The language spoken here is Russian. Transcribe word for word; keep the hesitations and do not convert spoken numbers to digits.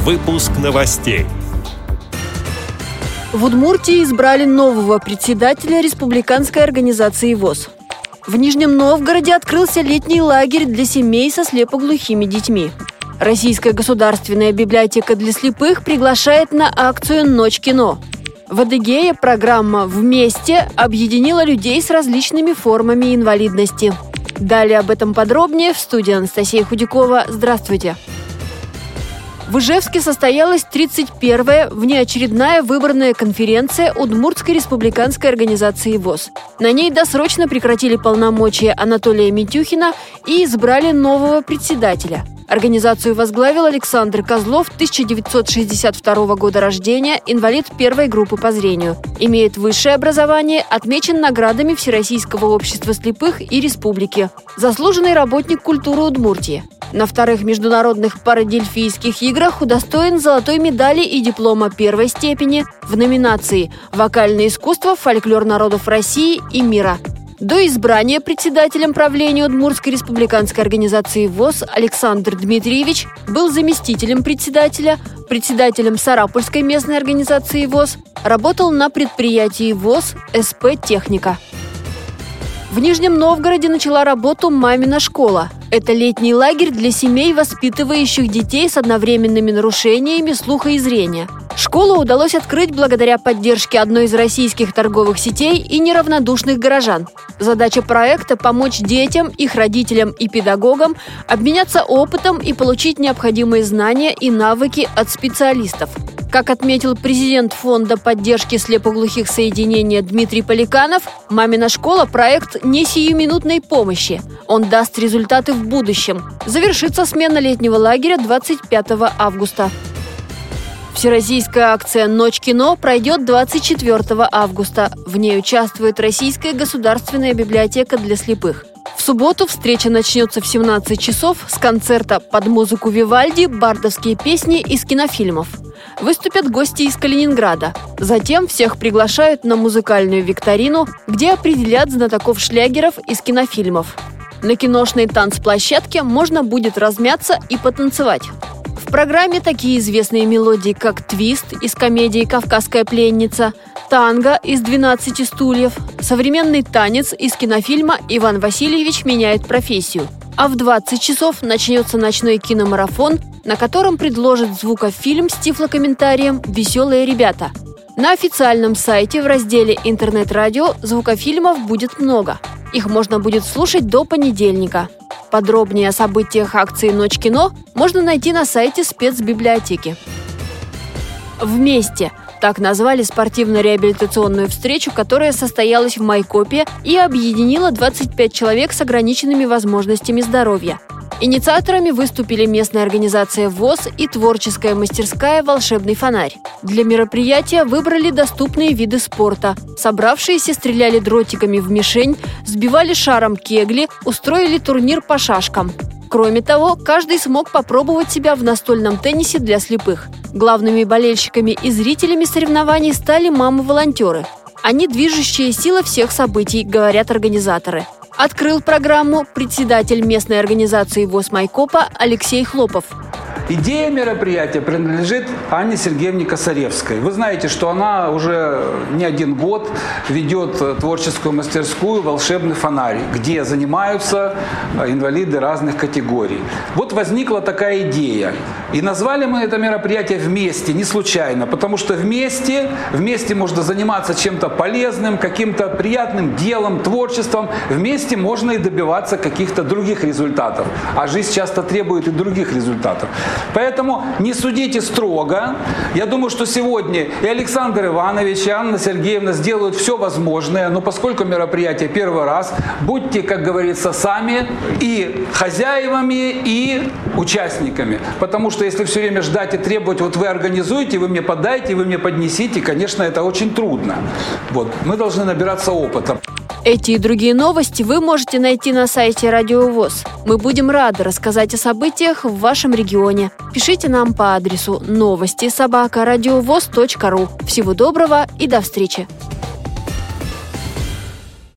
Выпуск новостей. В Удмуртии избрали нового председателя республиканской организации ВОС. В Нижнем Новгороде открылся летний лагерь для семей со слепоглухими детьми. Российская государственная библиотека для слепых приглашает на акцию «Ночь кино». В Адыгее программа «Вместе» объединила людей с различными формами инвалидности. Далее об этом подробнее в студии Анастасия Худякова. Здравствуйте! В Ижевске состоялась тридцать первая внеочередная выборная конференция Удмуртской республиканской организации ВОС. На ней досрочно прекратили полномочия Анатолия Митюхина и избрали нового председателя. Организацию возглавил Александр Козлов, тысяча девятьсот шестьдесят второго года рождения, инвалид первой группы по зрению. Имеет высшее образование, отмечен наградами Всероссийского общества слепых и республики. Заслуженный работник культуры Удмуртии. На вторых международных парадельфийских играх удостоен золотой медали и диплома первой степени в номинации «Вокальное искусство, фольклор народов России и мира». До избрания председателем правления Удмуртской республиканской организации ВОС Александр Дмитриевич был заместителем председателя, председателем Сарапульской местной организации ВОС, работал на предприятии ВОС СП «Техника». В Нижнем Новгороде начала работу «Мамина школа». Это летний лагерь для семей, воспитывающих детей с одновременными нарушениями слуха и зрения. Школу удалось открыть благодаря поддержке одной из российских торговых сетей и неравнодушных горожан. Задача проекта – помочь детям, их родителям и педагогам обменяться опытом и получить необходимые знания и навыки от специалистов. Как отметил президент Фонда поддержки слепоглухих соединения Дмитрий Поликанов, «Мамина школа» – проект не сиюминутной помощи. Он даст результаты в будущем. Завершится смена летнего лагеря двадцать пятого августа. Всероссийская акция «Ночь кино» пройдет двадцать четвёртого августа. В ней участвует Российская государственная библиотека для слепых. В субботу встреча начнется в семнадцать часов с концерта под музыку Вивальди «Бардовские песни» из кинофильмов. Выступят гости из Калининграда. Затем всех приглашают на музыкальную викторину, где определят знатоков шлягеров из кинофильмов. На киношной танцплощадке можно будет размяться и потанцевать. В программе такие известные мелодии, как «Твист» из комедии «Кавказская пленница», танго из «двенадцати стульев», современный танец из кинофильма «Иван Васильевич меняет профессию». А в двадцать часов начнется ночной киномарафон, на котором предложат звукофильм с тифлокомментарием «Веселые ребята». На официальном сайте в разделе «Интернет-радио» звукофильмов будет много. Их можно будет слушать до понедельника. Подробнее о событиях акции «Ночь кино» можно найти на сайте спецбиблиотеки. «Вместе» – так назвали спортивно-реабилитационную встречу, которая состоялась в Майкопе и объединила двадцать пять человек с ограниченными возможностями здоровья. Инициаторами выступили местная организация ВОС и творческая мастерская «Волшебный фонарь». Для мероприятия выбрали доступные виды спорта. Собравшиеся стреляли дротиками в мишень, сбивали шаром кегли, устроили турнир по шашкам. Кроме того, каждый смог попробовать себя в настольном теннисе для слепых. Главными болельщиками и зрителями соревнований стали мамы-волонтеры. Они движущая сила всех событий, говорят организаторы. Открыл программу председатель местной организации ВОС Майкопа Алексей Хлопов. Идея мероприятия принадлежит Анне Сергеевне Косаревской. Вы знаете, что она уже не один год ведет творческую мастерскую «Волшебный фонарь», где занимаются инвалиды разных категорий. Вот возникла такая идея. И назвали мы это мероприятие «Вместе», не случайно, потому что вместе, вместе можно заниматься чем-то полезным, каким-то приятным делом, творчеством. Вместе можно и добиваться каких-то других результатов. А жизнь часто требует и других результатов. Поэтому не судите строго. Я думаю, что сегодня и Александр Иванович, и Анна Сергеевна сделают все возможное. Но поскольку мероприятие первый раз, будьте, как говорится, сами и хозяевами, и участниками. Потому что если все время ждать и требовать, вот вы организуете, вы мне подайте, вы мне поднесите, конечно, это очень трудно. Вот. Мы должны набираться опыта. Эти и другие новости вы можете найти на сайте Радио ВОС. Мы будем рады рассказать о событиях в вашем регионе. Пишите нам по адресу новости собака радиовоз точка ру. Всего доброго и до встречи!